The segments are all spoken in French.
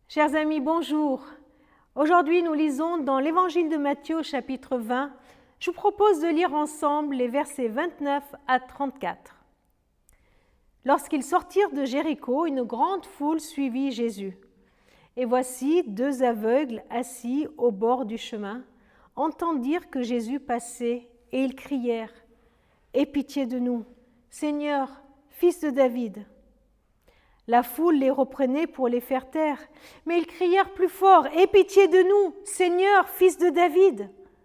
Chers amis, bonjour. Aujourd'hui, nous lisons dans l'Évangile de Matthieu, au chapitre 20. Je vous propose de lire ensemble les versets 29 à 34. Lorsqu'ils sortirent de Jéricho, une grande foule suivit Jésus. Et voici deux aveugles assis au bord du chemin entendirent que Jésus passait, et ils crièrent : « Aie pitié de nous, Seigneur, fils de David !» La foule les reprenait pour les faire taire, mais ils crièrent plus fort : « Aie pitié de nous, Seigneur, fils de David !»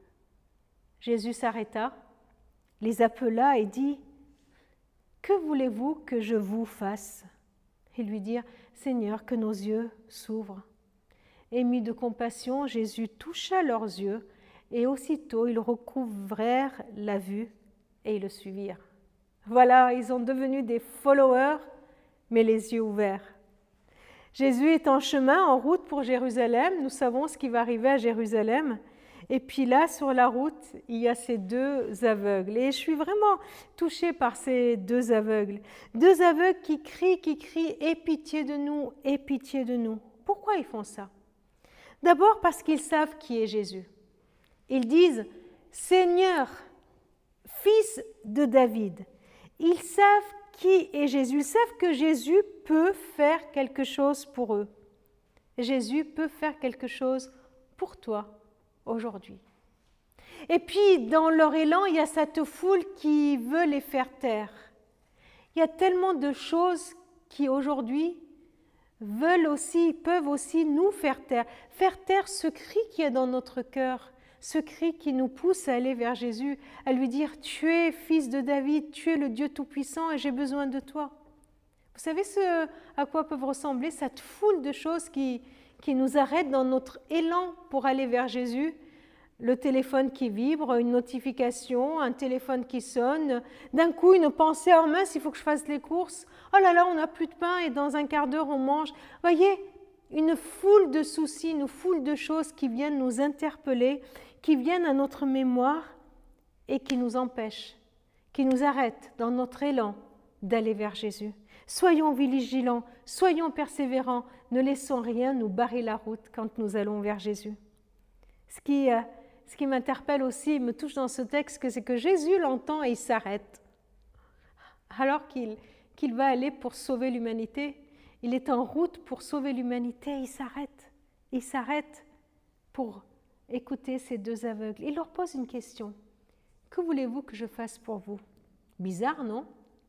Jésus s'arrêta, les appela et dit : « Que voulez-vous que je vous fasse ?» Ils lui dirent : « Seigneur, que nos yeux s'ouvrent. » Ému de compassion, Jésus toucha leurs yeux, et aussitôt ils recouvrèrent la vue et ils le suivirent. Voilà, ils sont devenus des followers, mais les yeux ouverts. Jésus est en chemin, en route pour Jérusalem. Nous savons ce qui va arriver à Jérusalem. Et puis là, sur la route, il y a ces deux aveugles. Et je suis vraiment touchée par ces deux aveugles. Deux aveugles qui crient, « Aie pitié de nous, aie pitié de nous !» Pourquoi ils font ça? D'abord parce qu'ils savent qui est Jésus. Ils disent « Seigneur, fils de David !» Ils savent qui est Jésus. Ils savent que Jésus peut faire quelque chose pour eux. Jésus peut faire quelque chose pour toi aujourd'hui. Et puis, dans leur élan, il y a cette foule qui veut les faire taire. Il y a tellement de choses qui, aujourd'hui, peuvent aussi nous faire taire ce cri qui est dans notre cœur, ce cri qui nous pousse à aller vers Jésus, à lui dire « Tu es fils de David, tu es le Dieu Tout-Puissant et j'ai besoin de toi. » Vous savez ce à quoi peuvent ressembler cette foule de choses qui nous arrêtent dans notre élan pour aller vers Jésus? Le téléphone qui vibre, une notification, un téléphone qui sonne, d'un coup une pensée « Oh mince, il faut que je fasse les courses. Oh là là, on n'a plus de pain et dans un quart d'heure on mange. » Voyez, une foule de soucis, une foule de choses qui viennent nous interpeller, qui viennent à notre mémoire et qui nous empêchent, qui nous arrêtent dans notre élan d'aller vers Jésus. Soyons vigilants, soyons persévérants, ne laissons rien nous barrer la route quand nous allons vers Jésus. Ce qui m'interpelle aussi, me touche dans ce texte, c'est que Jésus l'entend et il s'arrête. Alors qu'il va aller pour sauver l'humanité, il est en route pour sauver l'humanité, il s'arrête. Il s'arrête pour écouter ces deux aveugles. Il leur pose une question. Que voulez-vous que je fasse pour vous? Bizarre, non?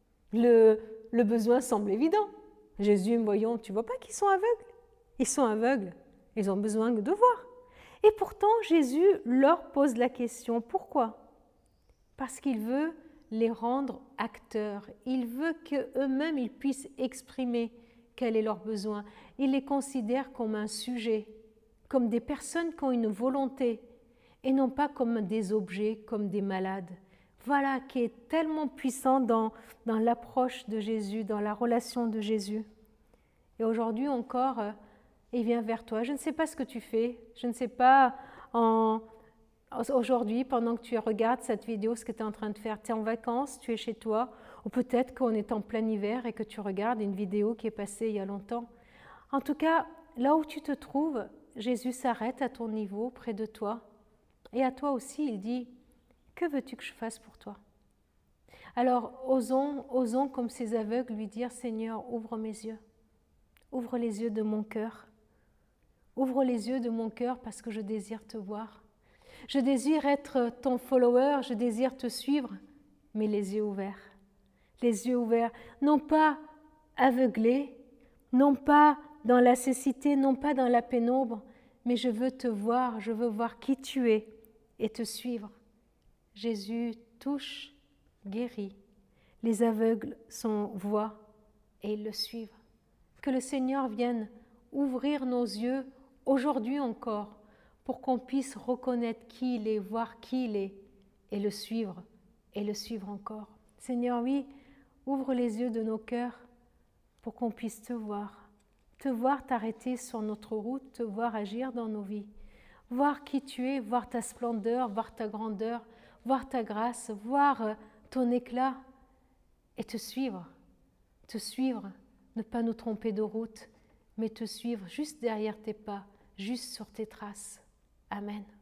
Le besoin semble évident. Jésus, voyons, tu vois pas qu'ils sont aveugles? Ils sont aveugles, ils ont besoin de voir. Et pourtant, Jésus leur pose la question. Pourquoi? Parce qu'il veut les rendre acteurs. Il veut qu'eux-mêmes ils puissent exprimer quel est leur besoin. Il les considère comme un sujet, comme des personnes qui ont une volonté, et non pas comme des objets, comme des malades. Voilà qui est tellement puissant dans l'approche de Jésus, dans la relation de Jésus. Et aujourd'hui encore, il vient vers toi. Je ne sais pas ce que tu fais, je ne sais pas aujourd'hui, pendant que tu regardes cette vidéo, ce que tu es en train de faire. Tu es en vacances, tu es chez toi, ou peut-être qu'on est en plein hiver et que tu regardes une vidéo qui est passée il y a longtemps. En tout cas, là où tu te trouves, Jésus s'arrête à ton niveau, près de toi. Et à toi aussi, il dit « Que veux-tu que je fasse pour toi ?» Alors, osons comme ces aveugles lui dire « Seigneur, ouvre mes yeux, ouvre les yeux de mon cœur. Ouvre les yeux de mon cœur parce que je désire te voir. Je désire être ton follower, je désire te suivre, mais les yeux ouverts. Les yeux ouverts, non pas aveuglés, non pas dans la cécité, non pas dans la pénombre, mais je veux te voir, je veux voir qui tu es et te suivre. » Jésus touche, guérit. Les aveugles voient et ils le suivent. Que le Seigneur vienne ouvrir nos yeux aujourd'hui encore pour qu'on puisse reconnaître qui il est, voir qui il est et le suivre encore. Seigneur, oui, ouvre les yeux de nos cœurs pour qu'on puisse te voir t'arrêter sur notre route, te voir agir dans nos vies, voir qui tu es, voir ta splendeur, voir ta grandeur, voir ta grâce, voir ton éclat et te suivre, ne pas nous tromper de route, mais te suivre juste derrière tes pas, juste sur tes traces. Amen.